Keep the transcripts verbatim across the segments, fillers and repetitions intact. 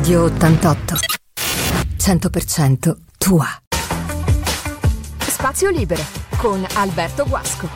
Radio ottantotto, cento per cento tua. Spazio Libero con Alberto Guasco.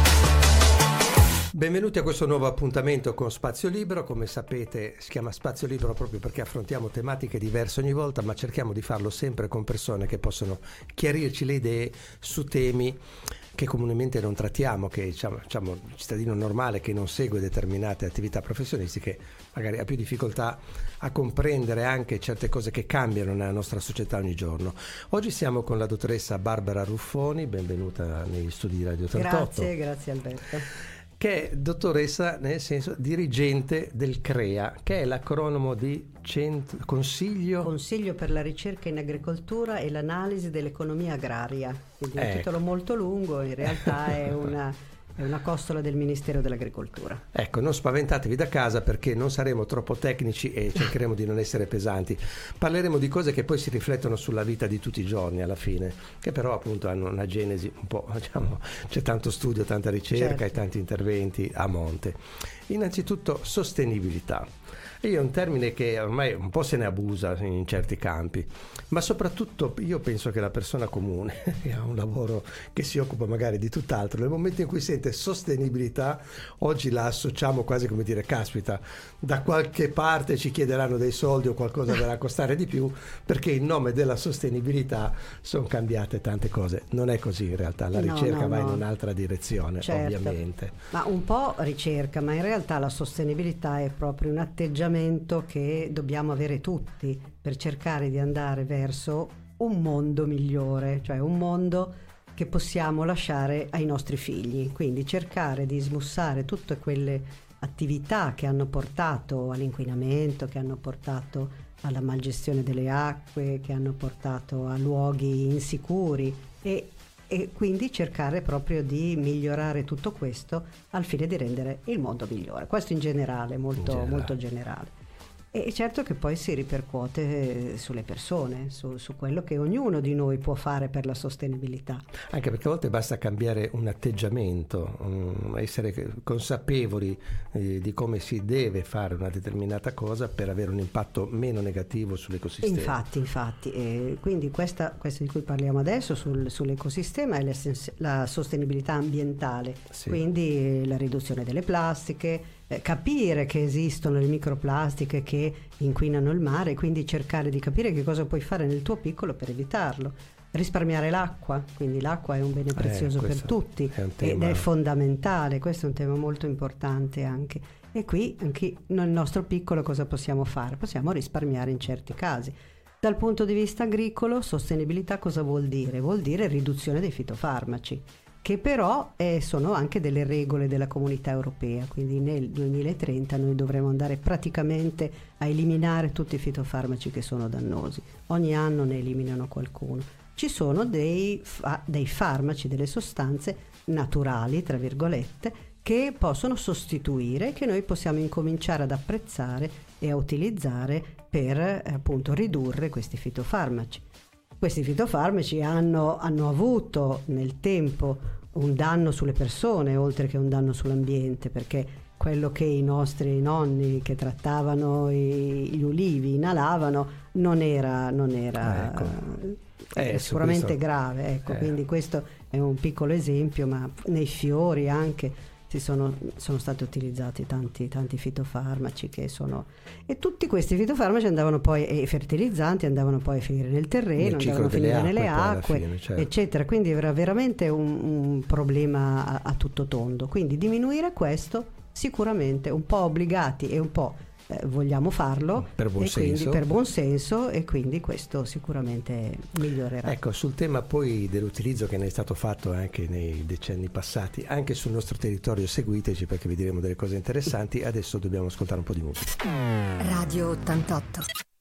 Benvenuti a questo nuovo appuntamento con Spazio Libero. Come sapete si chiama Spazio Libero proprio perché affrontiamo tematiche diverse ogni volta, ma cerchiamo di farlo sempre con persone che possono chiarirci le idee su temi che comunemente non trattiamo, che diciamo, diciamo il cittadino normale che non segue determinate attività professionistiche magari ha più difficoltà a comprendere anche certe cose che cambiano nella nostra società ogni giorno. Oggi siamo con la dottoressa Barbara Ruffoni, benvenuta negli studi di Radio ottantotto. Grazie, grazie Alberto. Che è dottoressa nel senso dirigente del C R E A, che è l'acronimo di Cent- Consiglio... Consiglio per la ricerca in agricoltura e l'analisi dell'economia agraria. Quindi è un ecco. titolo molto lungo, in realtà è una... È una costola del Ministero dell'Agricoltura. Ecco, non spaventatevi da casa perché non saremo troppo tecnici e cercheremo di non essere pesanti. Parleremo di cose che poi si riflettono sulla vita di tutti i giorni alla fine, che però appunto hanno una genesi un po', diciamo, c'è tanto studio, tanta ricerca, certo, e tanti interventi a monte. Innanzitutto sostenibilità. È un termine che ormai un po' se ne abusa in certi campi, ma soprattutto io penso che la persona comune che ha un lavoro che si occupa magari di tutt'altro, nel momento in cui sente sostenibilità, oggi la associamo quasi come dire, caspita, da qualche parte ci chiederanno dei soldi o qualcosa verrà a costare di più, perché in nome della sostenibilità sono cambiate tante cose. Non è così in realtà, la no, ricerca no, va no. in un'altra direzione, certo, ovviamente. Ma un po' ricerca, ma in realtà la sostenibilità è proprio un atteggiamento che dobbiamo avere tutti per cercare di andare verso un mondo migliore, cioè un mondo che possiamo lasciare ai nostri figli, quindi cercare di smussare tutte quelle attività che hanno portato all'inquinamento, che hanno portato alla malgestione delle acque, che hanno portato a luoghi insicuri e, e quindi cercare proprio di migliorare tutto questo al fine di rendere il mondo migliore. Questo in generale, molto, in generale. molto generale. E certo che poi si ripercuote sulle persone, su, su quello che ognuno di noi può fare per la sostenibilità. Anche perché a volte basta cambiare un atteggiamento, um, essere consapevoli eh, di come si deve fare una determinata cosa per avere un impatto meno negativo sull'ecosistema. Infatti, infatti. Eh, quindi questa, questa di cui parliamo adesso sul, sull'ecosistema è la, la sostenibilità ambientale, sì. Quindi la riduzione delle plastiche, capire che esistono le microplastiche che inquinano il mare, quindi cercare di capire che cosa puoi fare nel tuo piccolo per evitarlo. Risparmiare l'acqua, quindi l'acqua è un bene prezioso eh, per tutti è ed è fondamentale, questo è un tema molto importante anche. E qui anche nel nostro piccolo cosa possiamo fare? Possiamo risparmiare in certi casi. Dal punto di vista agricolo, sostenibilità cosa vuol dire? Vuol dire riduzione dei fitofarmaci, che però eh, sono anche delle regole della Comunità Europea, quindi nel duemilatrenta noi dovremo andare praticamente a eliminare tutti i fitofarmaci che sono dannosi. Ogni anno ne eliminano qualcuno. Ci sono dei, fa- dei farmaci, delle sostanze naturali, tra virgolette, che possono sostituire, che noi possiamo incominciare ad apprezzare e a utilizzare per eh, appunto ridurre questi fitofarmaci. Questi fitofarmaci hanno, hanno avuto nel tempo un danno sulle persone oltre che un danno sull'ambiente, perché quello che i nostri nonni che trattavano i, gli ulivi inalavano non era, non era ecco. eh, eh, sicuramente questo, grave. Ecco, eh. Quindi questo è un piccolo esempio, ma nei fiori anche si sono, sono stati utilizzati tanti, tanti fitofarmaci che sono e tutti questi fitofarmaci andavano poi e fertilizzanti andavano poi a finire nel terreno, nel andavano a finire acque, nelle acque fine, certo. eccetera, quindi era veramente un, un problema a, a tutto tondo. Quindi diminuire questo sicuramente, un po' obbligati e un po' eh, vogliamo farlo per buon e senso. quindi per buon senso e quindi questo sicuramente migliorerà. Ecco, sul tema poi dell'utilizzo che ne è stato fatto anche nei decenni passati, anche sul nostro territorio, seguiteci perché vi diremo delle cose interessanti. Adesso dobbiamo ascoltare un po' di musica. Radio ottantotto,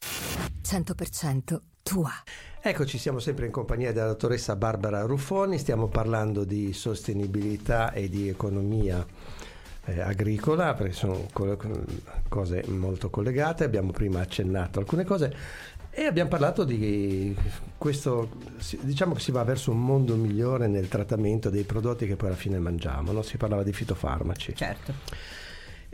cento per cento tua. Eccoci, siamo sempre in compagnia della dottoressa Barbara Ruffoni, stiamo parlando di sostenibilità e di economia Eh, agricola, perché sono co- cose molto collegate. Abbiamo prima accennato alcune cose e abbiamo parlato di questo, diciamo che si va verso un mondo migliore nel trattamento dei prodotti che poi alla fine mangiamo, no? Si parlava di fitofarmaci. Certo.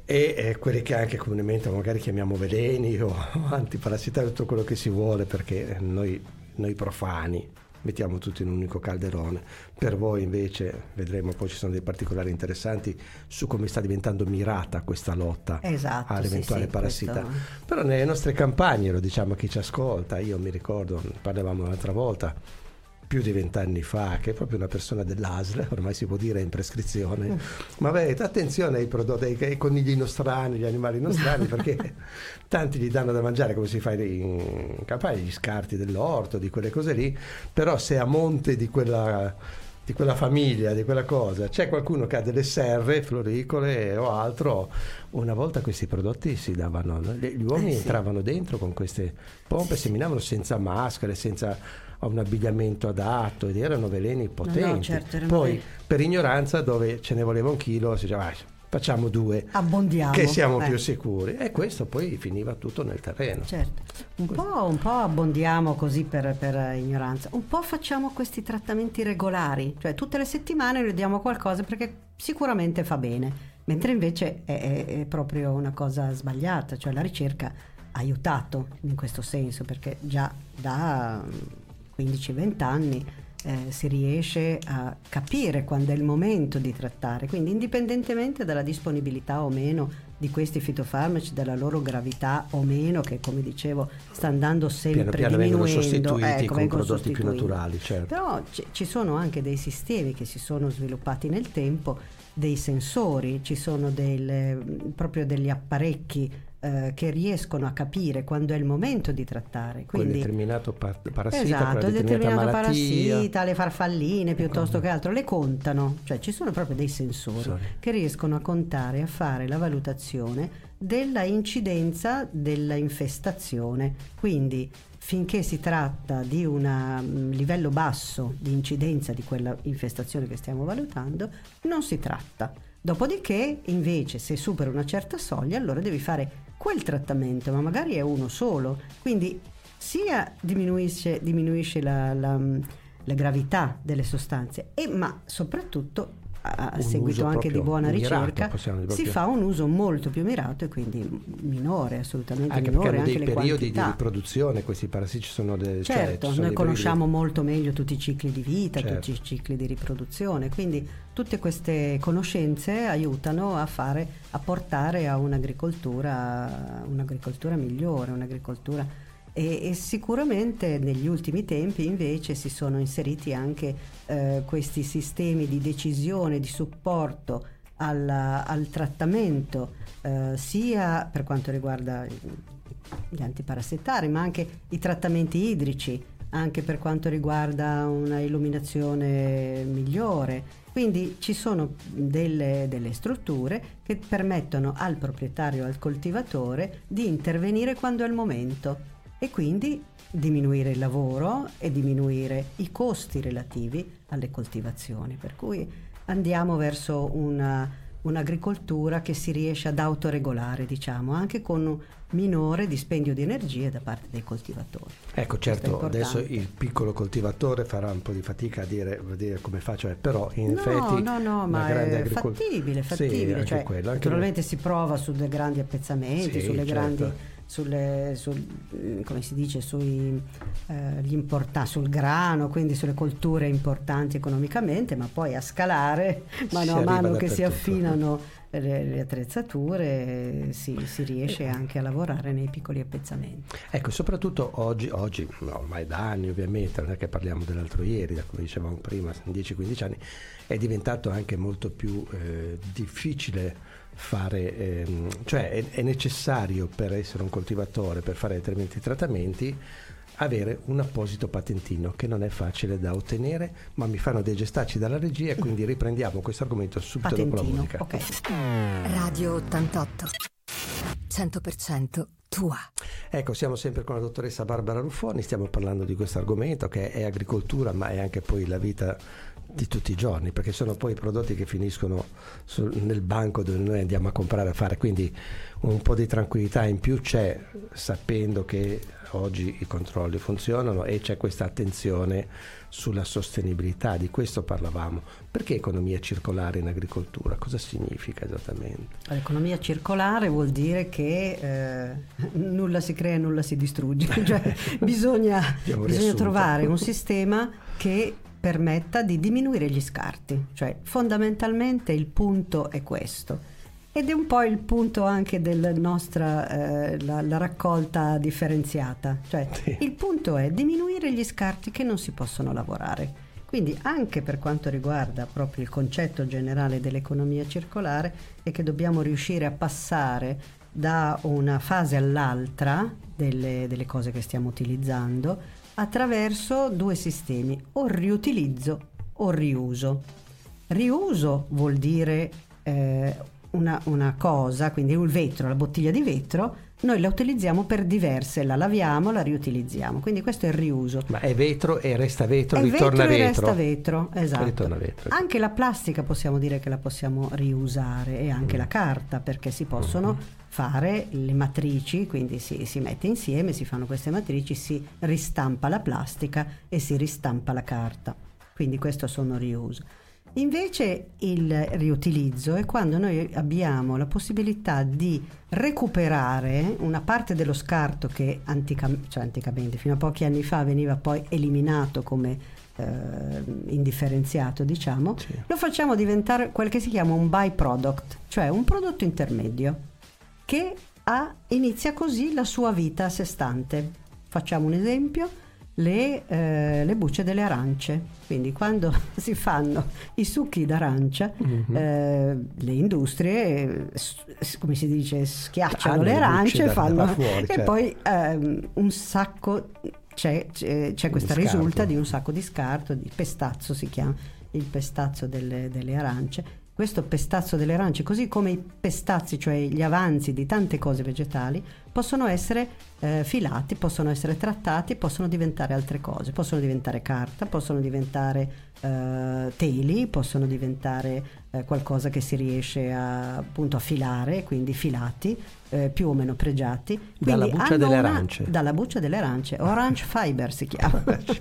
e eh, quelli che anche comunemente magari chiamiamo veleni o antiparassitari, tutto quello che si vuole, perché noi, noi profani mettiamo tutto in un unico calderone. Per voi invece vedremo, poi ci sono dei particolari interessanti su come sta diventando mirata questa lotta esatto, all'eventuale sì, sì, parassita. questo... Però nelle nostre campagne, lo diciamo a chi ci ascolta, io mi ricordo, parlavamo l'altra volta, più di vent'anni fa, che è proprio una persona dell'A S L, ormai si può dire in prescrizione, mm. ma avete attenzione ai prodotti, ai conigli nostrani, gli animali nostrani, perché tanti gli danno da mangiare come si fa in campagna, gli scarti dell'orto, di quelle cose lì, però se a monte di quella, di quella famiglia, di quella cosa, c'è qualcuno che ha delle serre floricole o altro, una volta questi prodotti si davano, gli uomini eh sì. entravano dentro con queste pompe, seminavano senza maschere, senza un abbigliamento adatto, ed erano veleni potenti. No, no, certo, poi veleni. Per ignoranza, dove ce ne voleva un chilo, si diceva ah, facciamo due, abbondiamo, che siamo eh. più sicuri, e questo poi finiva tutto nel terreno. Certo, un po', un po' abbondiamo così per, per ignoranza, un po' facciamo questi trattamenti regolari, cioè tutte le settimane ne diamo qualcosa perché sicuramente fa bene, mentre invece è, è, è proprio una cosa sbagliata, cioè la ricerca ha aiutato in questo senso, perché già da quindici venti anni eh, si riesce a capire quando è il momento di trattare, quindi indipendentemente dalla disponibilità o meno di questi fitofarmaci, dalla loro gravità o meno, che come dicevo sta andando sempre piano piano diminuendo, vengono sostituiti ecco, con vengono prodotti sostituiti. più naturali, certo. Però c- ci sono anche dei sistemi che si sono sviluppati nel tempo, dei sensori, ci sono del, proprio degli apparecchi eh, che riescono a capire quando è il momento di trattare. Quindi, quel determinato par- parassita, esatto, quella determinato malattia. parassita, le farfalline piuttosto che altro, le contano, cioè ci sono proprio dei sensori Sorry. che riescono a contare e a fare la valutazione della incidenza della infestazione. Quindi finché si tratta di un livello basso di incidenza di quella infestazione che stiamo valutando, non si tratta. Dopodiché, invece, se supera una certa soglia, allora devi fare quel trattamento, ma magari è uno solo. Quindi sia diminuisce, diminuisce la, la, la gravità delle sostanze, e, ma soprattutto a seguito anche di buona ricerca mirato, si fa un uso molto più mirato e quindi minore, assolutamente anche minore, perché hanno anche dei le periodi quantità. di riproduzione, questi parassiti ci sono dei, certo, cioè, ci sono noi conosciamo periodi... molto meglio tutti i cicli di vita, certo. tutti i cicli di riproduzione, quindi tutte queste conoscenze aiutano a fare, a portare a un'agricoltura un'agricoltura migliore, un'agricoltura E, e sicuramente negli ultimi tempi invece si sono inseriti anche eh, questi sistemi di decisione, di supporto alla, al trattamento, eh, sia per quanto riguarda gli antiparassitari, ma anche i trattamenti idrici, anche per quanto riguarda una illuminazione migliore. Quindi ci sono delle, delle strutture che permettono al proprietario, al coltivatore, di intervenire quando è il momento, e quindi diminuire il lavoro e diminuire i costi relativi alle coltivazioni, per cui andiamo verso una, un'agricoltura che si riesce ad autoregolare, diciamo, anche con un minore dispendio di energie da parte dei coltivatori. Ecco, certo, adesso il piccolo coltivatore farà un po' di fatica a dire, a dire come faccio, eh, però in no, effetti no, no, ma è agricol- fattibile, fattibile, sì, cioè, quello, naturalmente si prova su dei grandi appezzamenti, sì, sulle certo. grandi sulle sul, come si dice sui eh, gli importa, sul grano, quindi sulle colture importanti economicamente, ma poi a scalare mano a mano che si affinano le, le attrezzature si, si riesce anche a lavorare nei piccoli appezzamenti. Ecco, soprattutto oggi, oggi ormai da anni ovviamente, non è che parliamo dell'altro ieri, da come dicevamo prima, dieci quindici anni, è diventato anche molto più eh, difficile fare, ehm, cioè è, è necessario, per essere un coltivatore, per fare determinati trattamenti, avere un apposito patentino, che non è facile da ottenere, ma mi fanno dei gestacci dalla regia, e quindi riprendiamo questo argomento subito patentino, dopo la musica. Okay. Radio ottantotto, cento per cento tua. Ecco, siamo sempre con la dottoressa Barbara Ruffoni, stiamo parlando di questo argomento che è agricoltura, ma è anche poi la vita di tutti i giorni, perché sono poi i prodotti che finiscono sul, nel banco dove noi andiamo a comprare a fare, quindi un po' di tranquillità in più c'è, sapendo che oggi i controlli funzionano e c'è questa attenzione sulla sostenibilità. Di questo parlavamo. Perché economia circolare in agricoltura? Cosa significa esattamente? L'economia circolare vuol dire che eh, nulla si crea e nulla si distrugge, cioè bisogna, bisogna trovare un sistema che permetta di diminuire gli scarti, cioè fondamentalmente il punto è questo. Ed è un po' il punto anche della nostra eh, la, la raccolta differenziata, cioè sì. Il punto è diminuire gli scarti che non si possono lavorare. Quindi anche per quanto riguarda proprio il concetto generale dell'economia circolare è che dobbiamo riuscire a passare da una fase all'altra delle, delle cose che stiamo utilizzando attraverso due sistemi, o riutilizzo o riuso. Riuso vuol dire eh, Una, una cosa, quindi il vetro, la bottiglia di vetro, noi la utilizziamo per diverse, la laviamo, la riutilizziamo, quindi questo è il riuso. Ma è vetro e resta vetro, è ritorna vetro. vetro. E resta vetro, esatto. Ritorna vetro. Anche la plastica possiamo dire che la possiamo riusare e anche mm. la carta, perché si possono mm. fare le matrici, quindi si, si mette insieme, si fanno queste matrici, si ristampa la plastica e si ristampa la carta, quindi questo sono riuso. Invece il riutilizzo è quando noi abbiamo la possibilità di recuperare una parte dello scarto che antica, cioè anticamente, fino a pochi anni fa, veniva poi eliminato come eh, indifferenziato, diciamo, sì. Lo facciamo diventare quel che si chiama un byproduct, cioè un prodotto intermedio che ha, inizia così la sua vita a sé stante. Facciamo un esempio. Le, eh, le bucce delle arance, quindi quando si fanno i succhi d'arancia, mm-hmm. eh, le industrie, eh, come si dice, schiacciano ah, le arance e fanno fuori, e certo. Poi ehm, un sacco c'è, c'è, c'è questa risulta di un sacco di scarto, di pestazzo si chiama, il pestazzo delle, delle arance. Questo pestazzo delle arance, così come i pestazzi, cioè gli avanzi di tante cose vegetali, possono essere eh, filati, possono essere trattati, possono diventare altre cose, possono diventare carta, possono diventare eh, teli, possono diventare eh, qualcosa che si riesce a, appunto a filare, quindi filati, eh, più o meno pregiati. Dalla Quindi buccia delle una, arance. Dalla buccia delle arance, orange fiber si chiama,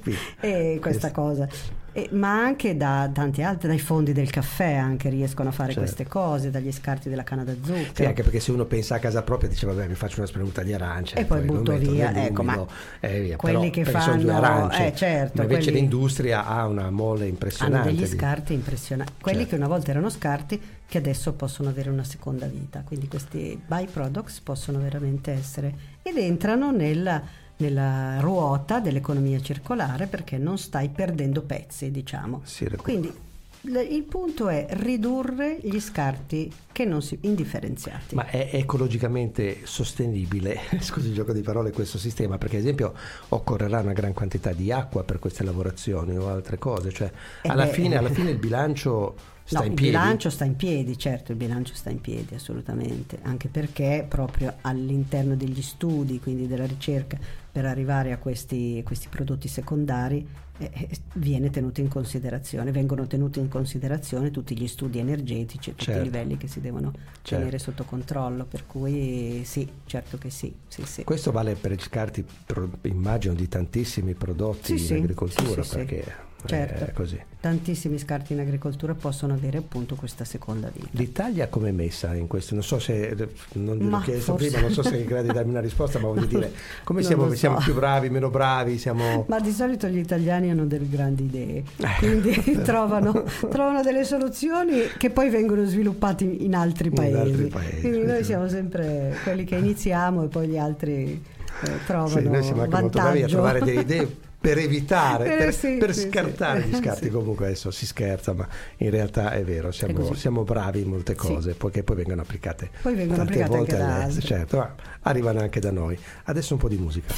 e questa cosa. E, ma anche da tanti altri, dai fondi del caffè anche riescono a fare certo. queste cose, dagli scarti della canna da zucchero. Sì, anche perché se uno pensa a casa propria dice vabbè mi faccio una spremuta di arancia e, e poi, poi butto via, ecco, ma eh, via. quelli Però, che fanno sono due arance, eh, certo, ma invece quelli, l'industria ha una molle impressionante. Hanno degli di... scarti impressionanti, quelli certo. che una volta erano scarti che adesso possono avere una seconda vita, quindi questi byproducts possono veramente essere ed entrano nella nella ruota dell'economia circolare perché non stai perdendo pezzi, diciamo. Sì, quindi l- il punto è ridurre gli scarti che non si indifferenziati. Ma è ecologicamente sostenibile, scusi il gioco di parole, questo sistema? Perché ad esempio occorrerà una gran quantità di acqua per queste lavorazioni o altre cose, cioè alla, beh, fine, alla fine il bilancio sta no, in il piedi? bilancio sta in piedi, certo, il bilancio sta in piedi assolutamente, anche perché proprio all'interno degli studi, quindi della ricerca, per arrivare a questi, questi prodotti secondari eh, viene tenuto in considerazione, vengono tenuti in considerazione tutti gli studi energetici, tutti certo. i livelli che si devono certo. tenere sotto controllo, per cui sì, certo che sì, sì, sì. Questo vale per i scarti, immagino, di tantissimi prodotti sì, in agricoltura, sì, sì, perché sì. certo. è così. Tantissimi scarti in agricoltura possono avere appunto questa seconda vita. L'Italia come è messa in questo? Non so se non gliel'ho ma chiesto forse... prima, non so se è in grado di darmi una risposta, ma voglio dire come siamo, so. siamo più bravi, meno bravi, siamo... Ma di solito gli italiani hanno delle grandi idee, quindi trovano, trovano delle soluzioni che poi vengono sviluppate in altri paesi. In altri paesi. Quindi noi siamo sempre quelli che iniziamo e poi gli altri eh, trovano sì, noi siamo anche vantaggio. molto bravi a trovare delle idee per evitare, eh, per, sì, per sì, scartare sì. gli scarti. Sì. Comunque adesso si scherza, ma in realtà è vero, siamo, è siamo bravi in molte cose, sì. poiché poi vengono applicate poi vengono tante applicate volte anche da all'estero, altri. certo, ma arrivano anche da noi. Adesso un po' di musica.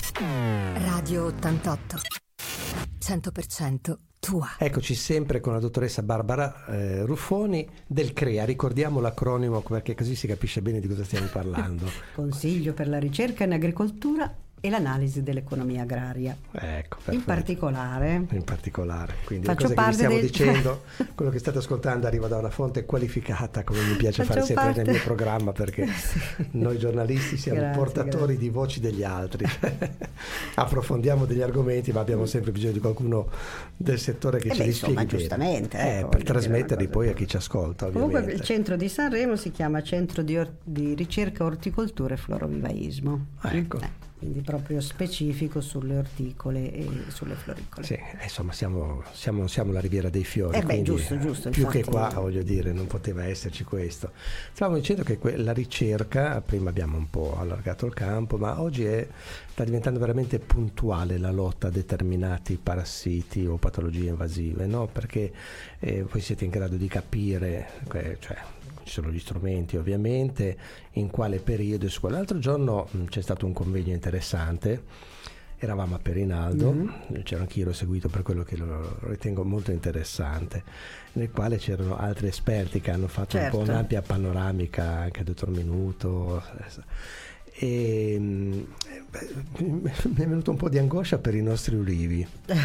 Radio ottantotto, cento per cento tua. Eccoci sempre con la dottoressa Barbara eh, Ruffoni del CREA, ricordiamo l'acronimo perché così si capisce bene di cosa stiamo parlando. Consiglio per la ricerca in agricoltura e l'analisi dell'economia agraria. Ecco, perfetto. In particolare, in particolare, quindi faccio le cose che vi stiamo del... dicendo, quello che state ascoltando arriva da una fonte qualificata, come mi piace faccio fare sempre parte... nel mio programma, perché sì. Noi giornalisti siamo grazie, portatori grazie. Di voci degli altri. Approfondiamo degli argomenti, ma abbiamo sempre bisogno di qualcuno del settore che eh ci beh, li insomma, spieghi giustamente, bene, eh, per trasmetterli poi a chi ci ascolta, ovviamente. Comunque il centro di Sanremo si chiama Centro di, Or- di Ricerca Orticoltura e Florovivaismo. Ah, ecco. Eh. Quindi proprio specifico sulle orticole e sulle floricole. Sì, insomma siamo, siamo, siamo la Riviera dei Fiori, eh beh, giusto, giusto, più infatti, che qua, voglio dire, non poteva esserci questo. Stavamo dicendo che que- la ricerca, prima abbiamo un po' allargato il campo, ma oggi è, sta diventando veramente puntuale la lotta a determinati parassiti o patologie invasive, no? Perché eh, voi siete in grado di capire, eh, cioè ci sono gli strumenti ovviamente, in quale periodo e su quale. L'altro giorno mh, c'è stato un convegno interessante, eravamo a Perinaldo, mm-hmm. c'ero anch'io, l'ho seguito per quello che lo ritengo molto interessante, nel quale c'erano altri esperti che hanno fatto certo. un po' un'ampia panoramica, anche il dottor Minuto, e mh, mi è venuto un po' di angoscia per i nostri ulivi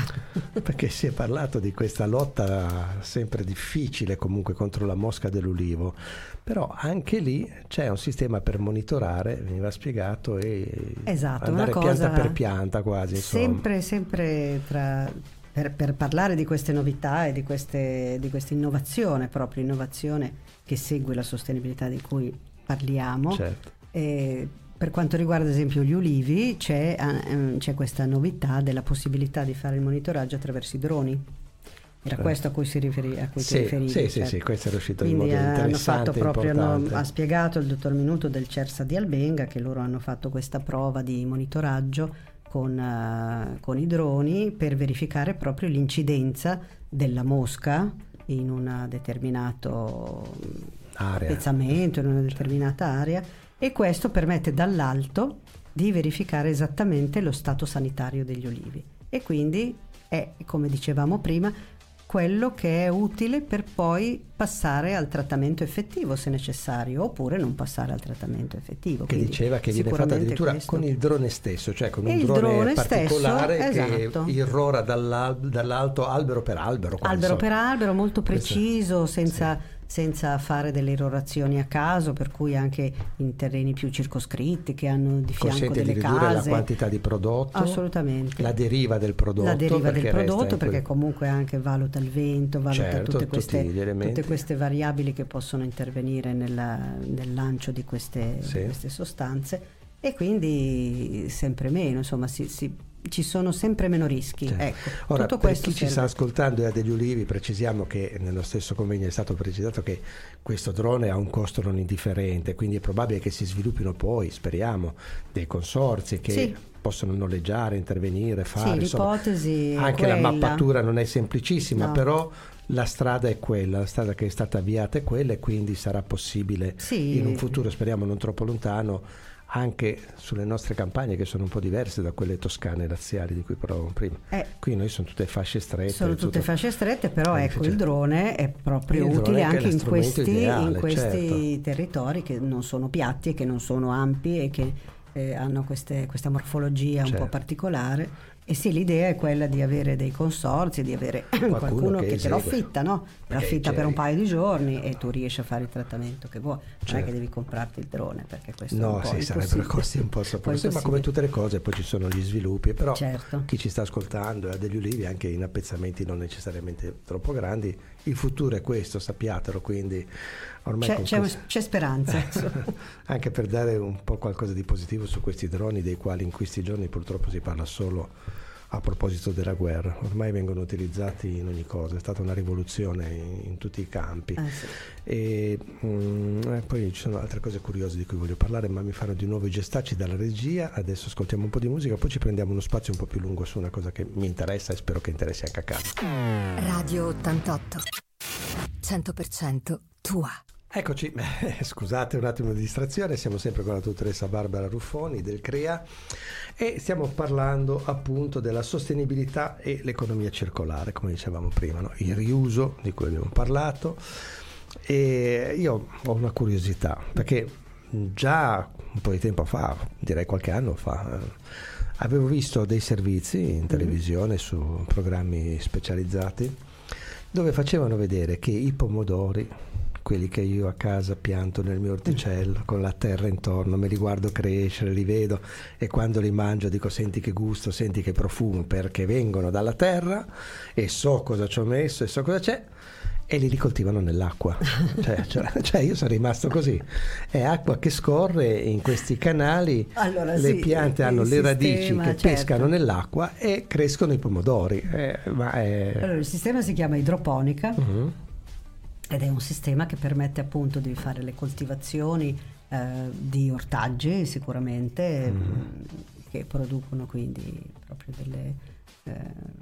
perché si è parlato di questa lotta sempre difficile comunque contro la mosca dell'ulivo, però anche lì c'è un sistema per monitorare, veniva spiegato, e esatto, andare una cosa pianta per pianta quasi, sempre, sempre tra, per, per parlare di queste novità e di queste di questa innovazione, proprio innovazione che segue la sostenibilità di cui parliamo. Certo. E per quanto riguarda ad esempio gli ulivi c'è, eh, c'è questa novità della possibilità di fare il monitoraggio attraverso i droni. Era questo a cui si riferi, a cui sì, ti riferivi. Sì, certo. sì, sì, questo è riuscito Quindi in modo hanno interessante, fatto proprio, hanno, ha spiegato il dottor Minuto del CERSA di Albenga che loro hanno fatto questa prova di monitoraggio con, uh, con i droni per verificare proprio l'incidenza della mosca in un determinato area, pezzamento, in una determinata area, e questo permette dall'alto di verificare esattamente lo stato sanitario degli olivi, e quindi è, come dicevamo prima, quello che è utile per poi passare al trattamento effettivo se necessario, oppure non passare al trattamento effettivo. Che Quindi diceva che viene fatto addirittura questo. Con il drone stesso, cioè con un drone, drone particolare stesso, che esatto. irrora dall'al- dall'alto albero per albero. Albero so. per albero, molto preciso, questo, senza... sì. senza fare delle irrorazioni a caso, per cui anche in terreni più circoscritti che hanno di fianco consente delle di ridurre case. La quantità di prodotto, assolutamente, la deriva del prodotto, la deriva del prodotto perché quel... comunque anche valuta il vento, valuta certo, tutte, queste, tutte queste variabili che possono intervenire nella, nel lancio di queste, sì. di queste sostanze, e quindi sempre meno, insomma si, si ci sono sempre meno rischi. Certo. Ecco, ora, tutto per questo chi serve. ci sta ascoltando e ha degli ulivi, precisiamo che nello stesso convegno è stato precisato che questo drone ha un costo non indifferente, quindi è probabile che si sviluppino poi, speriamo, dei consorzi che sì. possono noleggiare, intervenire, fare. Sì, insomma, l'ipotesi anche quella. La mappatura non è semplicissima, no. però la strada è quella, la strada che è stata avviata è quella, e quindi sarà possibile sì. in un futuro, speriamo non troppo lontano, anche sulle nostre campagne, che sono un po' diverse da quelle toscane laziali di cui parlavamo prima. Eh, qui noi sono tutte fasce strette. Sono tutte tutto... fasce strette, però eh, ecco, cioè... il drone è proprio il utile anche in questi, ideale, in questi certo. territori che non sono piatti e che non sono ampi e che eh, hanno queste, questa morfologia certo. un po' particolare. E sì, l'idea è quella di avere dei consorzi, di avere qualcuno, qualcuno che, che te lo affitta, no? Te lo affitta per un paio di giorni e tu riesci a fare il trattamento che vuoi. Certo. Non è che devi comprarti il drone, perché questo no, è un po' sì, sarebbero costi un po' sopra, ma come tutte le cose poi ci sono gli sviluppi, però certo. chi ci sta ascoltando ha degli ulivi anche in appezzamenti non necessariamente troppo grandi. Il futuro è questo, sappiatelo, quindi ormai c'è, con c'è, questo... c'è speranza anche per dare un po' qualcosa di positivo su questi droni, dei quali in questi giorni purtroppo si parla solo a proposito della guerra. Ormai vengono utilizzati in ogni cosa, è stata una rivoluzione in, in tutti i campi. ah, sì. e, mm, e poi ci sono altre cose curiose di cui voglio parlare, ma mi fanno di nuovo i gestacci dalla regia. Adesso ascoltiamo un po' di musica, poi ci prendiamo uno spazio un po' più lungo su una cosa che mi interessa e spero che interessi anche a casa. Radio ottantotto, cento per cento tua. Eccoci, scusate un attimo di distrazione, siamo sempre con la dottoressa Barbara Ruffoni del CREA e stiamo parlando appunto della sostenibilità e l'economia circolare, come dicevamo prima, no? Il riuso di cui abbiamo parlato. E io ho una curiosità, perché già un po' di tempo fa, direi qualche anno fa, avevo visto dei servizi in televisione su programmi specializzati dove facevano vedere che i pomodori, quelli che io a casa pianto nel mio orticello con la terra intorno, me li guardo crescere, li vedo e quando li mangio dico senti che gusto, senti che profumo, perché vengono dalla terra e so cosa ci ho messo e so cosa c'è, e li ricoltivano nell'acqua. cioè, cioè, cioè io sono rimasto così, è acqua che scorre in questi canali, allora, le sì, piante hanno le sistema, radici che certo. pescano nell'acqua e crescono i pomodori. Eh, ma è... Allora, il sistema si chiama idroponica. Uh-huh. Ed è un sistema che permette appunto di fare le coltivazioni eh, di ortaggi sicuramente, mm. che producono quindi proprio delle eh,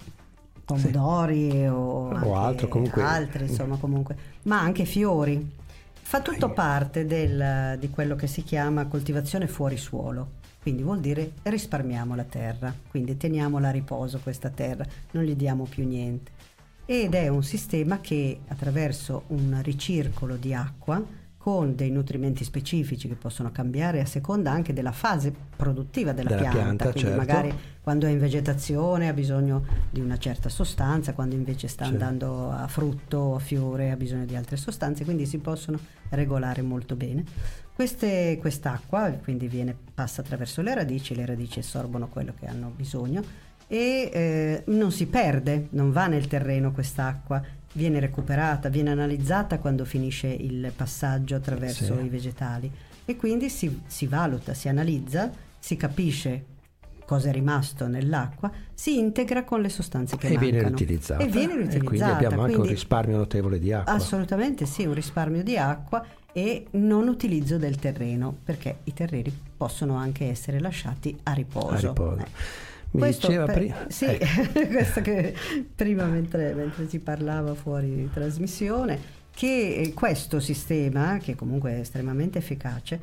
pomodori sì. o, o altro, comunque. altri, insomma comunque, ma anche fiori. Fa tutto Ai. parte del, di quello che si chiama coltivazione fuori suolo. Quindi vuol dire risparmiamo la terra, quindi teniamola a riposo questa terra, non gli diamo più niente. Ed è un sistema che attraverso un ricircolo di acqua con dei nutrimenti specifici che possono cambiare a seconda anche della fase produttiva della, della pianta, pianta, quindi certo. magari quando è in vegetazione ha bisogno di una certa sostanza, quando invece sta certo. andando a frutto o a fiore ha bisogno di altre sostanze, quindi si possono regolare molto bene. Queste, quest'acqua quindi viene, passa attraverso le radici, le radici assorbono quello che hanno bisogno e eh, non si perde, non va nel terreno quest'acqua, viene recuperata, viene analizzata quando finisce il passaggio attraverso sì. i vegetali e quindi si, si valuta, si analizza, si capisce cosa è rimasto nell'acqua, si integra con le sostanze che e mancano viene riutilizzata e viene riutilizzata, e quindi abbiamo anche quindi, un risparmio notevole di acqua. Assolutamente sì, un risparmio di acqua e non utilizzo del terreno, perché i terreni possono anche essere lasciati a riposo. A riposo. Eh. Mi questo diceva per, prima sì, eh. questo che prima mentre, mentre si parlava fuori di trasmissione, che questo sistema, che comunque è estremamente efficace,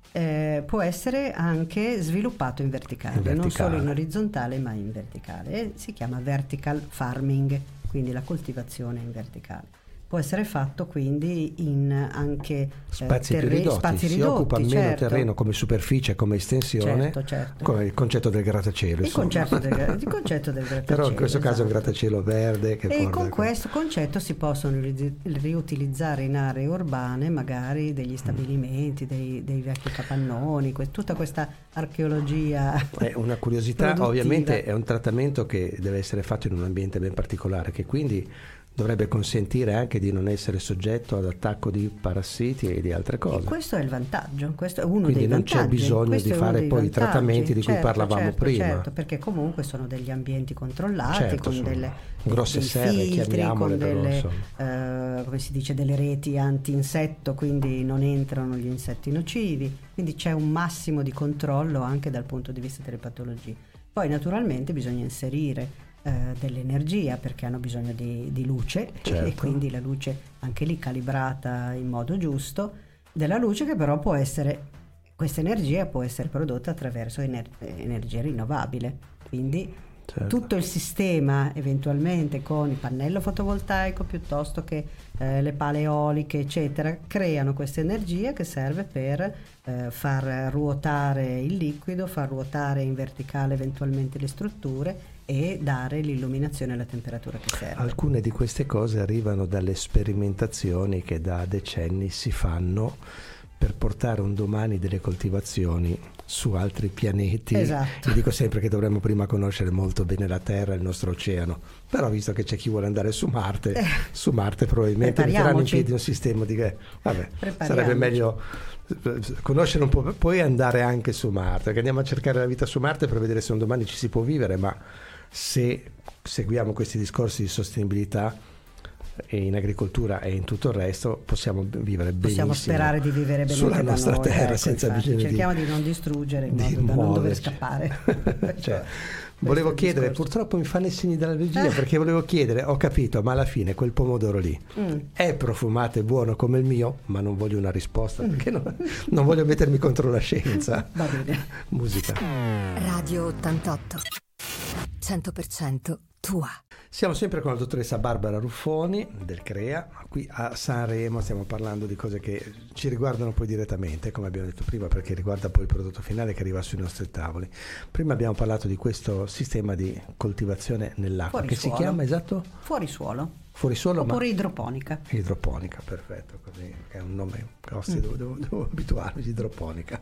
eh, può essere anche sviluppato in verticale, in verticale, non solo in orizzontale ma in verticale, e si chiama vertical farming, quindi la coltivazione in verticale. Può essere fatto quindi in anche spazi eh, terre- più ridotti, spazi si ridotti, occupa meno certo. terreno come superficie, come estensione, certo, certo. come il concetto del grattacielo. Il concetto del, il concetto del grattacielo. Però in questo caso è un esatto. grattacielo verde che e porta con questo concetto si possono ri- riutilizzare in aree urbane magari degli stabilimenti, dei, dei vecchi capannoni, que- tutta questa archeologia. È una curiosità, produttiva. ovviamente è un trattamento che deve essere fatto in un ambiente ben particolare, che quindi dovrebbe consentire anche di non essere soggetto ad attacco di parassiti e di altre cose. E questo è il vantaggio, questo è uno Quindi dei non vantaggi. c'è bisogno questo di fare poi i trattamenti di cui certo, parlavamo certo, prima. Certo, perché comunque sono degli ambienti controllati, Certo, con sono delle grosse dei serre, filtri, chiamiamole, con delle, però, eh, come si dice, delle reti anti-insetto, quindi non entrano gli insetti nocivi, quindi c'è un massimo di controllo anche dal punto di vista delle patologie. Poi naturalmente bisogna inserire Eh, dell'energia, perché hanno bisogno di, di luce, certo. e quindi la luce anche lì calibrata in modo giusto, della luce che però può essere, questa energia può essere prodotta attraverso ener- energia rinnovabile, quindi certo. tutto il sistema eventualmente con il pannello fotovoltaico piuttosto che eh, le pale eoliche eccetera creano questa energia che serve per eh, far ruotare il liquido, far ruotare in verticale eventualmente le strutture e dare l'illuminazione e la temperatura che serve. Alcune di queste cose arrivano dalle sperimentazioni che da decenni si fanno per portare un domani delle coltivazioni su altri pianeti. Esatto. Io dico sempre che dovremmo prima conoscere molto bene la Terra e il nostro oceano, però visto che c'è chi vuole andare su Marte, eh. su Marte probabilmente metteranno in piedi un sistema di che vabbè, sarebbe meglio conoscere un po', poi andare anche su Marte, perché andiamo a cercare la vita su Marte per vedere se un domani ci si può vivere, ma se seguiamo questi discorsi di sostenibilità e in agricoltura e in tutto il resto possiamo vivere benissimo, possiamo sperare di vivere benissimo sulla nostra noi, terra, ecco, senza infatti, bisogno cerchiamo di, di non distruggere in di modo da non dover muoverci. scappare. Cioè, volevo chiedere, discorso. purtroppo mi fanno i segni dalla regia, perché volevo chiedere, ho capito, ma alla fine quel pomodoro lì mm. è profumato e buono come il mio, ma non voglio una risposta, perché non, non voglio mettermi contro la scienza. Va bene. Musica. Radio ottantotto, cento per cento tua. Siamo sempre con la dottoressa Barbara Ruffoni del CREA, qui a Sanremo stiamo parlando di cose che ci riguardano poi direttamente, come abbiamo detto prima, perché riguarda poi il prodotto finale che arriva sui nostri tavoli. Prima abbiamo parlato di questo sistema di coltivazione nell'acqua, Fuori che suolo. si chiama esatto? Fuorisuolo. Fuorisuolo, oppure ma... idroponica. Idroponica, perfetto, così è un nome grossi, mm. devo, devo, devo abituarmi, idroponica.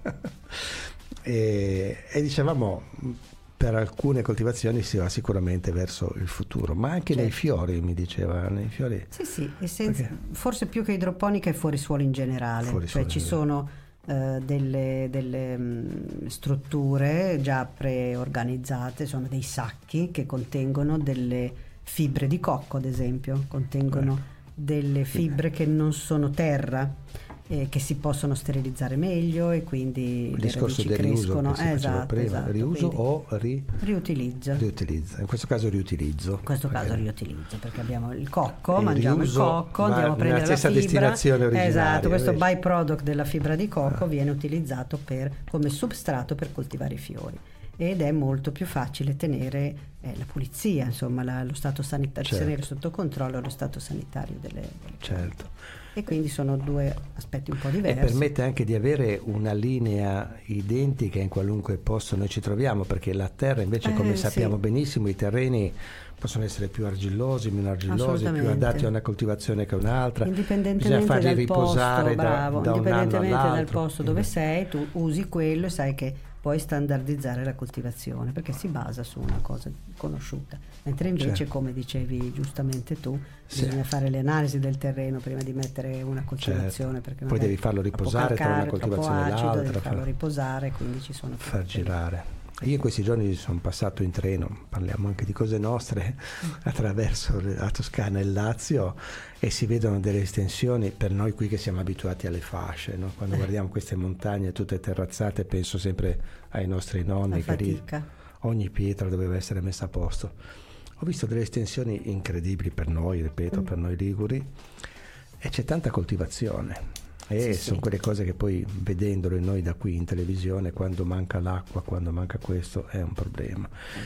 e, e dicevamo... Per alcune coltivazioni si va sicuramente verso il futuro, ma anche certo. nei fiori, mi diceva, nei fiori. Sì, sì, e senza, forse più che idroponica è fuorisuolo in generale, fuorisuolo cioè ci sono uh, delle, delle um, strutture già preorganizzate, sono dei sacchi che contengono delle fibre di cocco, ad esempio, contengono eh. delle fibre che non sono terra. Eh, che si possono sterilizzare meglio e quindi il le discorso radici del riuso crescono. che si eh, esatto, prima. Esatto, riuso o ri... riutilizzo. riutilizzo in questo caso riutilizzo in questo perché... caso riutilizzo perché abbiamo il cocco, il mangiamo il cocco, andiamo a prendere la fibra, destinazione originaria, esatto, questo invece. byproduct della fibra di cocco ah. viene utilizzato per, come substrato per coltivare i fiori ed è molto più facile tenere eh, la pulizia, insomma la, lo stato sanitario, certo. tenere sotto controllo lo stato sanitario delle, delle certo. E quindi sono due aspetti un po' diversi. E permette anche di avere una linea identica in qualunque posto noi ci troviamo, perché la terra invece, come eh, sappiamo sì. benissimo, i terreni possono essere più argillosi, meno argillosi, più adatti a una coltivazione che a un'altra. Indipendentemente farli dal riposare posto, bravo, da, da indipendentemente un anno dal posto dove eh. sei, tu usi quello e sai che puoi standardizzare la coltivazione perché si basa su una cosa conosciuta, mentre invece certo. come dicevi giustamente tu sì. bisogna fare le analisi del terreno prima di mettere una coltivazione certo. perché poi devi farlo riposare calcare, tra una coltivazione e l'altra, devi farlo far... riposare, quindi ci sono far girare. Io in questi giorni sono passato in treno, parliamo anche di cose nostre, attraverso la Toscana e il Lazio e si vedono delle estensioni, per noi qui che siamo abituati alle fasce, no? Quando guardiamo queste montagne tutte terrazzate penso sempre ai nostri nonni che lì ogni pietra doveva essere messa a posto. Ho visto delle estensioni incredibili per noi, ripeto, mm. per noi liguri, e c'è tanta coltivazione. E sì, sono sì. quelle cose che poi vedendolo noi da qui in televisione, quando manca l'acqua, quando manca questo, è un problema.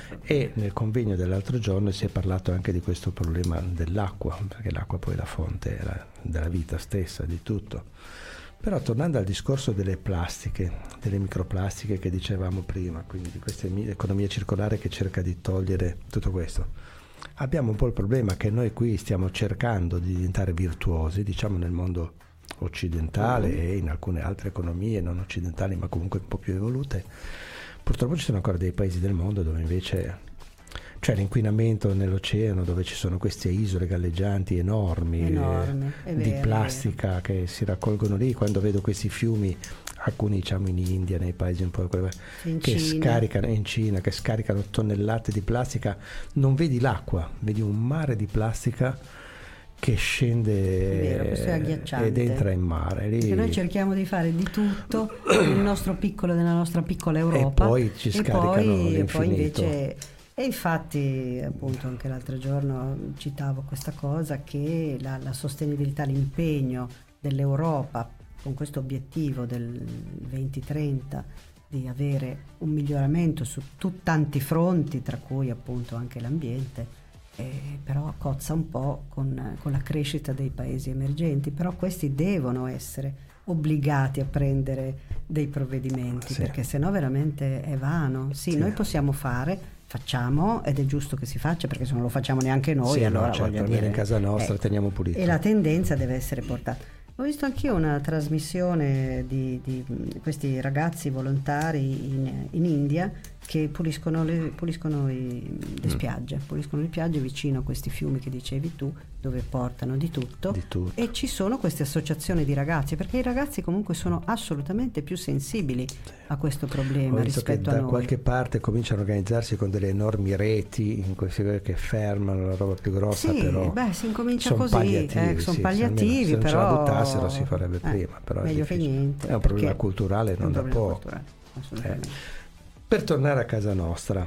E nel convegno dell'altro giorno si è parlato anche di questo problema dell'acqua, perché l'acqua poi è la fonte della, della vita stessa, di tutto. Però tornando al discorso delle plastiche, delle microplastiche che dicevamo prima, quindi di questa economia circolare che cerca di togliere tutto questo, abbiamo un po' il problema che noi qui stiamo cercando di diventare virtuosi, diciamo nel mondo occidentale mm. e in alcune altre economie non occidentali ma comunque un po' più evolute. Purtroppo ci sono ancora dei paesi del mondo dove invece c'è l'inquinamento nell'oceano, dove ci sono queste isole galleggianti enormi, enormi eh, di vero, plastica che si raccolgono lì. Quando vedo questi fiumi, alcuni diciamo in India, nei paesi un po' in che Cina. scaricano in Cina, che scaricano tonnellate di plastica, non vedi l'acqua, vedi un mare di plastica che scende vero, questo è agghiacciante. ed entra in mare. Lì... Perché noi cerchiamo di fare di tutto nel nostro piccolo, nella nostra piccola Europa e poi ci scaricano e poi, l'infinito. E poi invece, e infatti appunto anche l'altro giorno citavo questa cosa che la, la sostenibilità, l'impegno dell'Europa con questo obiettivo del venti trenta di avere un miglioramento su tu, tanti fronti, tra cui appunto anche l'ambiente. Eh, però cozza un po' con, con la crescita dei paesi emergenti, però questi devono essere obbligati a prendere dei provvedimenti, sì. perché sennò veramente è vano. Sì, sì, noi possiamo fare, facciamo ed è giusto che si faccia, perché se non lo facciamo neanche noi, sì, allora no, certo, voglio dire, in casa nostra eh, teniamo pulito. E la tendenza deve essere portata. Ho visto anch'io una trasmissione di, di questi ragazzi volontari in, in India che puliscono le, puliscono i, le spiagge, puliscono le spiagge vicino a questi fiumi che dicevi tu, dove portano di tutto, di tutto. E ci sono queste associazioni di ragazzi, perché i ragazzi comunque sono assolutamente più sensibili a questo problema rispetto che a da noi. qualche parte cominciano a organizzarsi con delle enormi reti in queste che fermano la roba più grossa, sì, però beh, si incomincia sono così, palliativi, eh, sono sì, palliativi, se non però ce la buttassero si farebbe eh, prima, però meglio è che niente. È un problema culturale, non da poco. Assolutamente. Eh. Per tornare a casa nostra,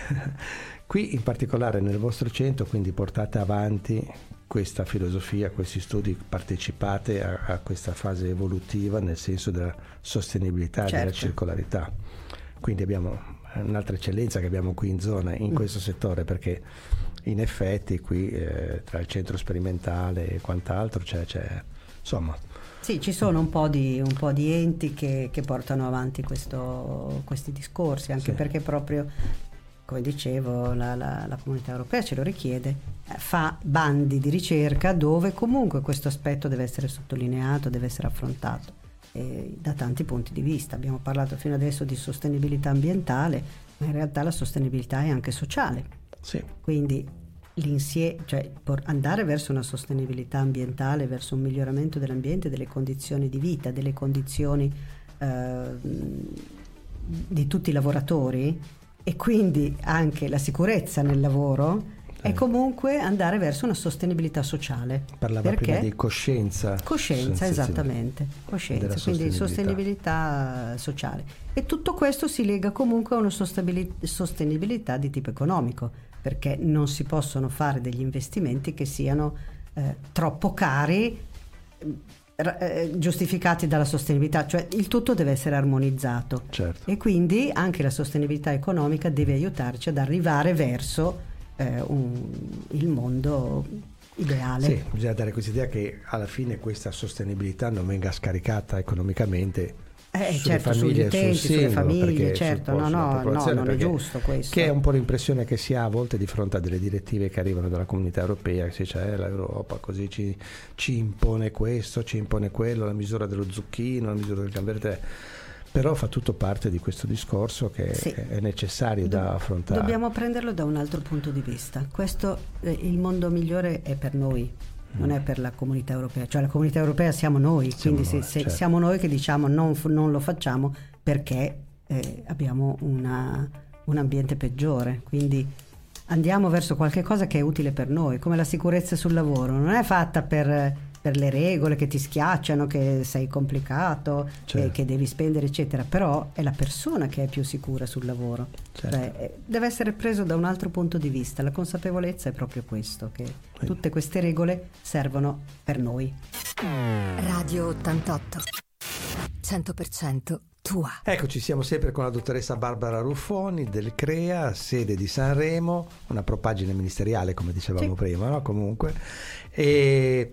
qui in particolare nel vostro centro, quindi portate avanti questa filosofia, questi studi, partecipate a, a questa fase evolutiva nel senso della sostenibilità, certo. della circolarità. Quindi abbiamo un'altra eccellenza che abbiamo qui in zona in questo settore, perché in effetti qui eh, tra il centro sperimentale e quant'altro c'è, c'è insomma. Sì, ci sono un po' di, un po' di enti che, che portano avanti questo, questi discorsi, anche sì. perché proprio, come dicevo, la, la, la Comunità Europea ce lo richiede, fa bandi di ricerca dove comunque questo aspetto deve essere sottolineato, deve essere affrontato eh, da tanti punti di vista. Abbiamo parlato fino adesso di sostenibilità ambientale, ma in realtà la sostenibilità è anche sociale. Sì. Quindi l'insieme, cioè andare verso una sostenibilità ambientale, verso un miglioramento dell'ambiente, delle condizioni di vita, delle condizioni eh, di tutti i lavoratori, e quindi anche la sicurezza nel lavoro, è comunque andare verso una sostenibilità sociale. Parlava perché? prima di coscienza. Coscienza, esattamente. Coscienza, quindi sostenibilità sociale. E tutto questo si lega comunque a una sostenibilità di tipo economico, perché non si possono fare degli investimenti che siano eh, troppo cari, eh, giustificati dalla sostenibilità, cioè il tutto deve essere armonizzato. Certo. E quindi anche la sostenibilità economica deve aiutarci ad arrivare verso eh, un, il mondo ideale. Sì, bisogna dare questa idea che alla fine questa sostenibilità non venga scaricata economicamente Eh, sulle certo, famiglie, sugli utenti, sul sulle singolo, famiglie, certo, no, no, no, non è giusto questo. Che è un po' l'impressione che si ha a volte di fronte a delle direttive che arrivano dalla Comunità Europea, che si dice eh, l'Europa così ci, ci impone questo, ci impone quello, la misura dello zucchino, la misura del gamberetti, però fa tutto parte di questo discorso che sì. è necessario Do- da affrontare. Dobbiamo prenderlo da un altro punto di vista. Questo, eh, il mondo migliore è per noi, non è per la Comunità Europea, cioè la Comunità Europea siamo noi, siamo quindi noi, se, se certo. siamo noi che diciamo non, non lo facciamo perché eh, abbiamo una, un ambiente peggiore, quindi andiamo verso qualche cosa che è utile per noi, come la sicurezza sul lavoro. Non è fatta per, per le regole che ti schiacciano, che sei complicato, certo. che devi spendere eccetera, però è la persona che è più sicura sul lavoro, certo. cioè, deve essere preso da un altro punto di vista. La consapevolezza è proprio questo, che sì. tutte queste regole servono per noi. Radio ottantotto, cento per cento tua. Eccoci, siamo sempre con la dottoressa Barbara Ruffoni del CREA, sede di Sanremo, una propagine ministeriale come dicevamo sì. prima, no? Comunque, e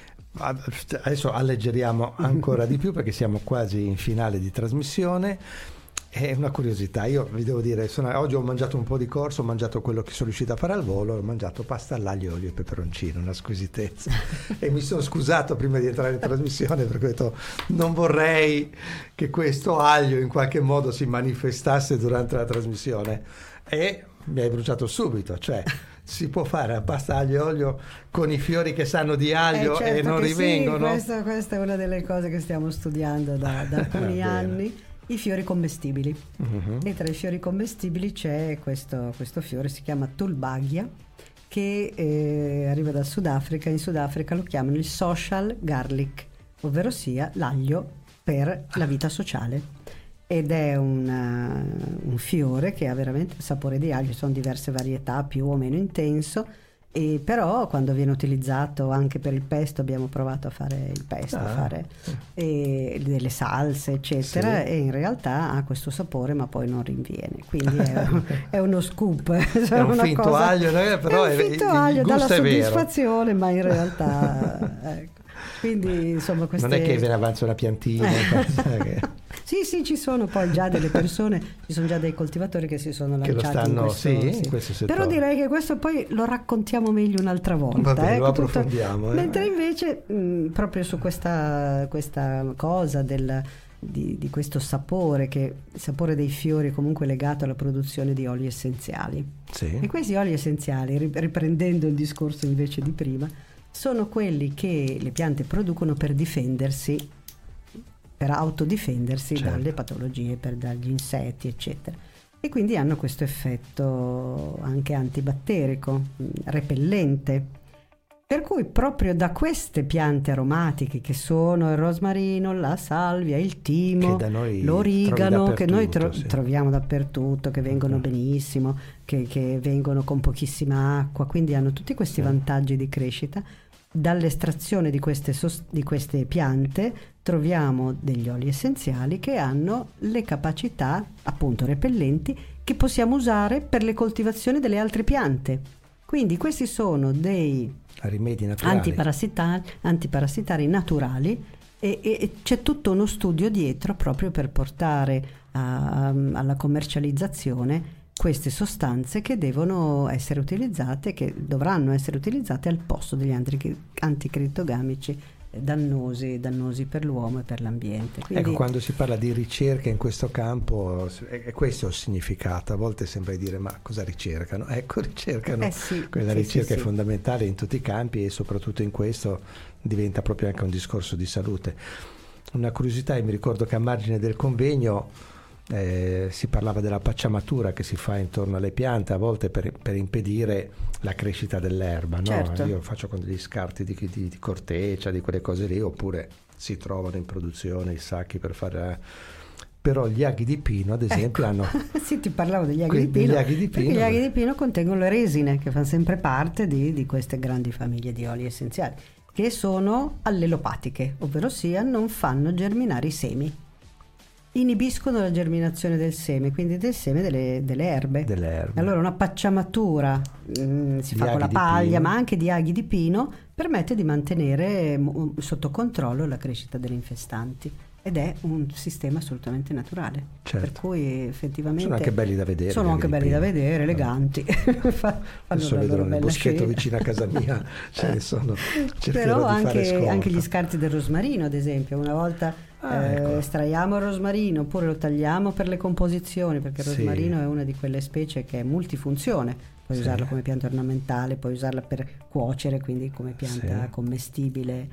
adesso alleggeriamo ancora di più perché siamo quasi in finale di trasmissione. È una curiosità, io vi devo dire, sono, oggi ho mangiato un po' di corso, ho mangiato quello che sono riuscito a fare al volo, ho mangiato pasta all'aglio, olio e peperoncino, una squisitezza. E mi sono scusato prima di entrare in trasmissione perché ho detto non vorrei che questo aglio in qualche modo si manifestasse durante la trasmissione, e mi hai bruciato subito, cioè si può fare la pasta aglio e olio con i fiori che sanno di aglio eh certo e non rivengono? Sì, questa, questa è una delle cose che stiamo studiando da, da alcuni anni. I fiori commestibili. Uh-huh. E tra i fiori commestibili c'è questo, questo fiore, si chiama Tulbaggia, che eh, arriva dal Sudafrica. In Sudafrica lo chiamano il social garlic, ovvero sia l'aglio per la vita sociale. Ed è una, un fiore che ha veramente il sapore di aglio, sono diverse varietà, più o meno intenso. E però quando viene utilizzato anche per il pesto, abbiamo provato a fare il pesto, ah. a fare e, delle salse eccetera, sì. e in realtà ha questo sapore ma poi non rinviene, quindi è, è uno scoop, è un una finto cosa, aglio, però è un finto il, aglio, il dà la vero. soddisfazione ma in realtà ecco. Quindi insomma queste... non è che ve ne avanza una piantina che... Sì, sì, ci sono poi già delle persone, ci sono già dei coltivatori che si sono lanciati che lo stanno, in questo, sì, sì. in questo settore. Però direi che questo poi lo raccontiamo meglio un'altra volta. Va bene, eh, lo approfondiamo. Tutto... Eh. Mentre invece mh, proprio su questa, questa cosa del, di, di questo sapore, che il sapore dei fiori è comunque legato alla produzione di oli essenziali. Sì. E questi oli essenziali, riprendendo il discorso invece di prima, sono quelli che le piante producono per difendersi, per autodifendersi certo. dalle patologie, per dagli insetti eccetera, e quindi hanno questo effetto anche antibatterico, repellente, per cui proprio da queste piante aromatiche che sono il rosmarino, la salvia, il timo, l'origano, che noi tro- sì. troviamo dappertutto, che vengono okay. benissimo, che, che vengono con pochissima acqua, quindi hanno tutti questi sì. vantaggi di crescita. dall'estrazione di queste, sos- di queste piante troviamo degli oli essenziali che hanno le capacità appunto repellenti che possiamo usare per le coltivazioni delle altre piante. Quindi questi sono dei rimedi naturali, antiparassitari, antiparassitari naturali e, e, e c'è tutto uno studio dietro proprio per portare a, alla commercializzazione queste sostanze che devono essere utilizzate, che dovranno essere utilizzate al posto degli anticrittogamici dannosi, dannosi per l'uomo e per l'ambiente. Quindi, ecco, quando si parla di ricerca in questo campo è, è questo il significato. A volte sembra dire ma cosa ricercano? Ecco, ricercano. Eh sì, Quella sì, ricerca sì, è sì. fondamentale in tutti i campi e soprattutto in questo diventa proprio anche un discorso di salute. Una curiosità, io mi ricordo che a margine del convegno Eh, si parlava della pacciamatura che si fa intorno alle piante a volte per, per impedire la crescita dell'erba, no? Certo. Io faccio con degli scarti di, di, di corteccia, di quelle cose lì, oppure si trovano in produzione i sacchi per fare, però gli aghi di pino ad esempio ecco. hanno sì, ti parlavo degli aghi que- di pino, degli aghi di pino perché gli aghi di pino contengono le resine che fanno sempre parte di, di queste grandi famiglie di oli essenziali che sono allelopatiche, ovvero sia non fanno germinare i semi, inibiscono la germinazione del seme, quindi del seme delle, delle erbe. delle erbe. Allora una pacciamatura mh, si Di fa con la aghi di paglia, pino. ma anche di aghi di pino, permette di mantenere m- sotto controllo la crescita delle infestanti ed è un sistema assolutamente naturale. Certo. Per cui effettivamente Sono anche belli da vedere. sono gli anche aghi di belli da pino. vedere, eleganti. Fa- Adesso la vedo loro nel bella boschetto scena. vicino a casa mia ce ne sono. Cercherò Però di fare anche, scorta. anche gli scarti del rosmarino, ad esempio, una volta Ah, eh, ecco. estraiamo il rosmarino oppure lo tagliamo per le composizioni, perché il Sì. rosmarino è una di quelle specie che è multifunzione, puoi Sì. usarla come pianta ornamentale, puoi usarla per cuocere, quindi come pianta Sì. commestibile,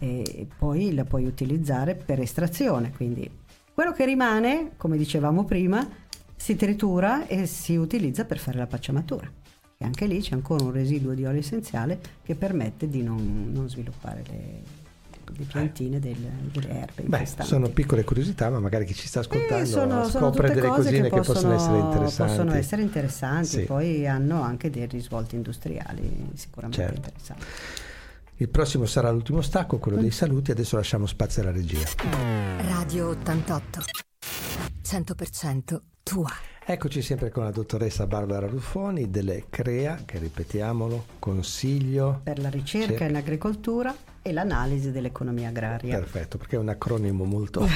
e poi la puoi utilizzare per estrazione, quindi quello che rimane, come dicevamo prima, si tritura e si utilizza per fare la pacciamatura. E anche lì c'è ancora un residuo di olio essenziale che permette di non, non sviluppare le, le piantine del, delle erbe Beh, infestanti. sono piccole curiosità, ma magari chi ci sta ascoltando Eh, sono, sono scopre tutte delle cose cosine che, che possono, essere interessanti. possono essere interessanti, Sì. poi hanno anche dei risvolti industriali sicuramente Certo. interessanti. Il prossimo sarà l'ultimo stacco, quello dei saluti. Adesso lasciamo spazio alla regia. Radio ottantotto, cento per cento tua. Eccoci sempre con la dottoressa Barbara Ruffoni delle CREA, che ripetiamolo, Consiglio Per la ricerca Cerca. in agricoltura e l'analisi dell'economia agraria. Perfetto, perché è un acronimo molto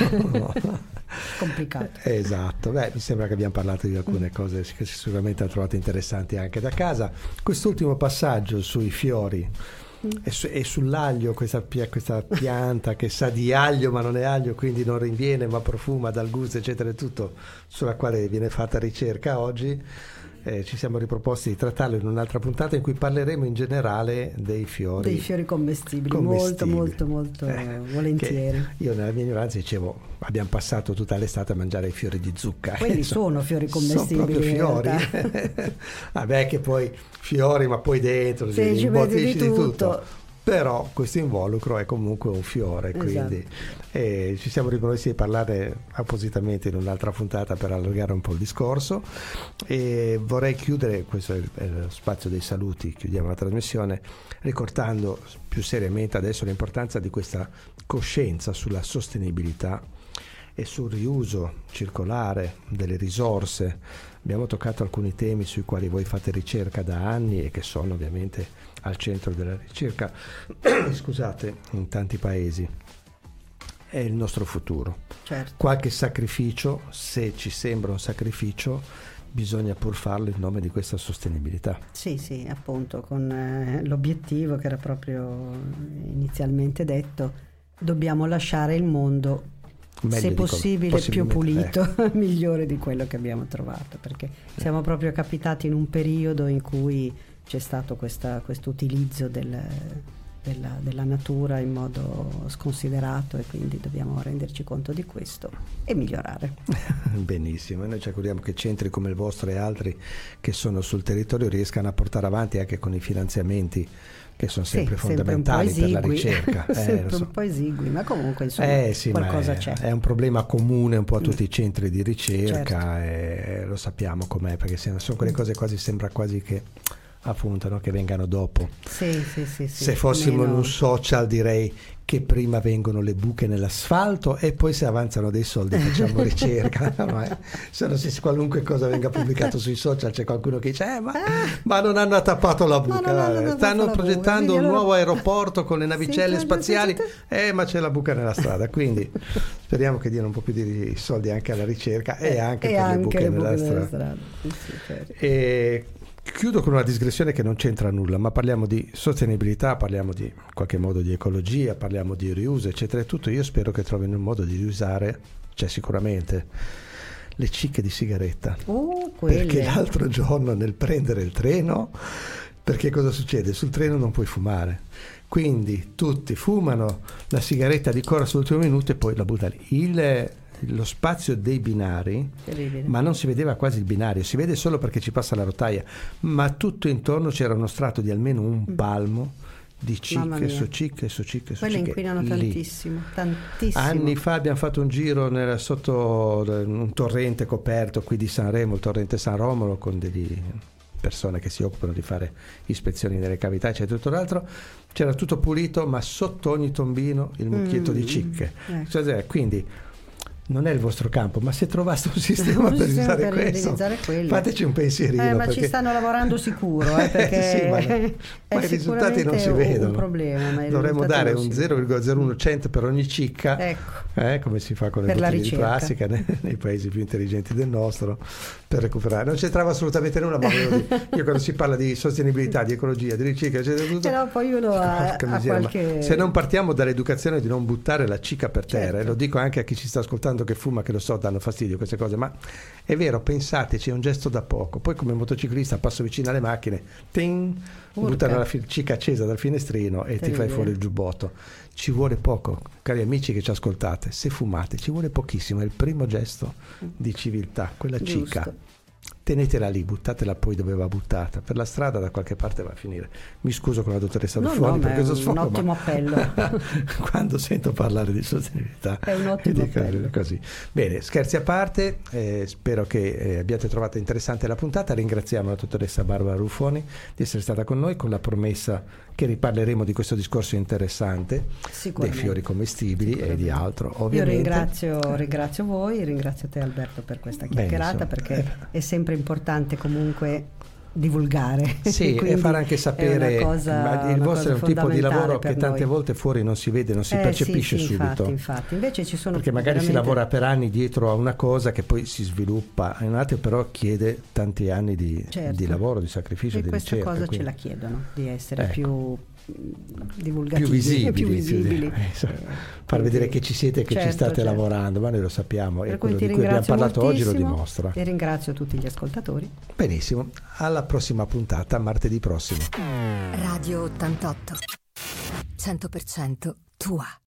Complicato. Esatto. Beh, mi sembra che abbiamo parlato di alcune cose che sicuramente ha trovato interessanti anche da casa. Quest'ultimo passaggio sui fiori e, su, e sull'aglio, questa, pia- questa pianta che sa di aglio ma non è aglio, quindi non rinviene ma profuma dal gusto eccetera e tutto, sulla quale viene fatta ricerca oggi. Eh, ci siamo riproposti di trattarlo in un'altra puntata in cui parleremo in generale dei fiori Dei fiori commestibili, commestibili. molto molto molto Eh, volentieri. che io nella mia ignoranza dicevo abbiamo passato tutta l'estate a mangiare i fiori di zucca. Quelli Eh, sono fiori sono commestibili, proprio in fiori. realtà. Vabbè, che poi fiori ma poi dentro Sì, li ci imbottisci metti di di tutto. tutto. Però questo involucro è comunque un fiore, Esatto. quindi eh, ci siamo ripromessi di parlare appositamente in un'altra puntata per allargare un po' il discorso, e vorrei chiudere, questo è il, è lo spazio dei saluti, chiudiamo la trasmissione ricordando più seriamente adesso l'importanza di questa coscienza sulla sostenibilità e sul riuso circolare delle risorse. Abbiamo toccato alcuni temi sui quali voi fate ricerca da anni e che sono ovviamente al centro della ricerca scusate, in tanti paesi. È il nostro futuro. Certo. Qualche sacrificio, se ci sembra un sacrificio, bisogna pur farlo in nome di questa sostenibilità. Sì, sì, appunto, con eh, l'obiettivo che era proprio inizialmente detto, dobbiamo lasciare il mondo Meglio se di possibile come- più possibilmente, pulito, migliore di quello che abbiamo trovato, perché siamo proprio capitati in un periodo in cui c'è stato questo utilizzo del, della, della natura in modo sconsiderato, e quindi dobbiamo renderci conto di questo e migliorare. Benissimo, e noi ci auguriamo che centri come il vostro e altri che sono sul territorio riescano a portare avanti anche con i finanziamenti che sono sempre Sì, fondamentali sempre per un po' la esigui. ricerca. Eh, sempre lo so. un po' esigui, ma comunque insomma Eh sì, ma qualcosa è, c'è. è un problema comune un po' a tutti Mm. i centri di ricerca, Certo. e lo sappiamo com'è, perché se- sono quelle cose quasi, sembra quasi che appunto, no? Che vengano dopo. Sì, sì, sì, sì. Se fossimo Meno... in un social direi che prima vengono le buche nell'asfalto e poi se avanzano dei soldi facciamo ricerca. No, eh. Se no, se qualunque cosa venga pubblicato sui social c'è qualcuno che dice eh, ma, ma non hanno tappato la buca, tappato stanno la progettando buca, un allora... nuovo aeroporto con le navicelle sì, spaziali, sì, sì, sì. eh ma c'è la buca nella strada, quindi speriamo che diano un po' più di soldi anche alla ricerca e, e anche e per anche le buche, le nella, buche strada. nella strada. Sì, certo. E chiudo con una digressione che non c'entra nulla, ma parliamo di sostenibilità, parliamo di in qualche modo di ecologia, parliamo di riuso, eccetera e tutto. Io spero che trovino un modo di riusare, cioè sicuramente, le cicche di sigaretta. Uh, perché l'altro giorno nel prendere il treno, perché cosa succede? Sul treno non puoi fumare. Quindi tutti fumano la sigaretta di corsa all'ultimo minuto e poi la buttano lì. Il lo spazio dei binari, terribile. Ma non si vedeva quasi il binario, si vede solo perché ci passa la rotaia, ma tutto intorno c'era uno strato di almeno un palmo di cicche su cicche su cicche su quelle cicche. inquinano tantissimo, tantissimo. Anni fa abbiamo fatto un giro nel, sotto un torrente coperto qui di Sanremo, il torrente San Romolo, con delle persone che si occupano di fare ispezioni nelle cavità e tutto l'altro. C'era tutto pulito, ma sotto ogni tombino il mucchietto mm, di cicche, ecco. Cioè, quindi non è il vostro campo, ma se trovaste un sistema un per sistema usare per questo, fateci un pensierino. Eh, ma perché... ci stanno lavorando sicuro, eh, perché sì, ma, no, ma i risultati non si vedono. Un problema, ma dovremmo dare un zero virgola zero uno cento per ogni cicca, ecco. eh, come si fa con le bottiglie di plastica nei, nei paesi più intelligenti del nostro, per recuperare. Non c'entrava assolutamente nulla, ma io quando si parla di sostenibilità, di ecologia, di ricerca, eccetera, tutto, cioè, no, poi uno ha, ha qualche... se non partiamo dall'educazione di non buttare la cicca per terra, certo. E lo dico anche a chi ci sta ascoltando che fuma, che lo so, danno fastidio queste cose, ma è vero, pensateci, è un gesto da poco. Poi come motociclista passo vicino alle macchine, ting, buttano la fi- cicca accesa dal finestrino e ti fai fuori il giubbotto. Ci vuole poco, cari amici che ci ascoltate, se fumate ci vuole pochissimo, è il primo gesto di civiltà, quella Giusto. cicca. Tenetela lì, buttatela poi dove va buttata, per la strada da qualche parte va a finire. Mi scuso con la dottoressa no, Ruffoni no, per questo sfogo, un ottimo ma appello. quando sento parlare di sostenibilità è un ottimo dico appello. Così. Bene, scherzi a parte, eh, spero che eh, abbiate trovato interessante la puntata. Ringraziamo la dottoressa Barbara Ruffoni di essere stata con noi, con la promessa che riparleremo di questo discorso interessante dei fiori commestibili e di altro, ovviamente. Io ringrazio, ringrazio voi, ringrazio te Alberto per questa chiacchierata. Benissimo. Perché eh. è sempre importante comunque divulgare, sì, e far anche sapere, cosa, ma il vostro è un tipo di lavoro che tante noi. volte fuori non si vede, non si eh, percepisce sì, sì, subito. Infatti, infatti, invece ci sono perché magari veramente... si lavora per anni dietro a una cosa che poi si sviluppa, in un altro però chiede tanti anni di, certo. di lavoro, di sacrificio, e di questa ricerca. cosa Quindi... ce la chiedono, di essere ecco. più divulgativi, più visibili, più visibili. Eh, so, far vedere che ci siete e che certo, ci state certo. lavorando, ma noi lo sappiamo per e quello di cui abbiamo parlato oggi lo dimostra. E ringrazio tutti gli ascoltatori. Benissimo, alla prossima puntata, martedì prossimo. Radio ottantotto, cento per cento tua.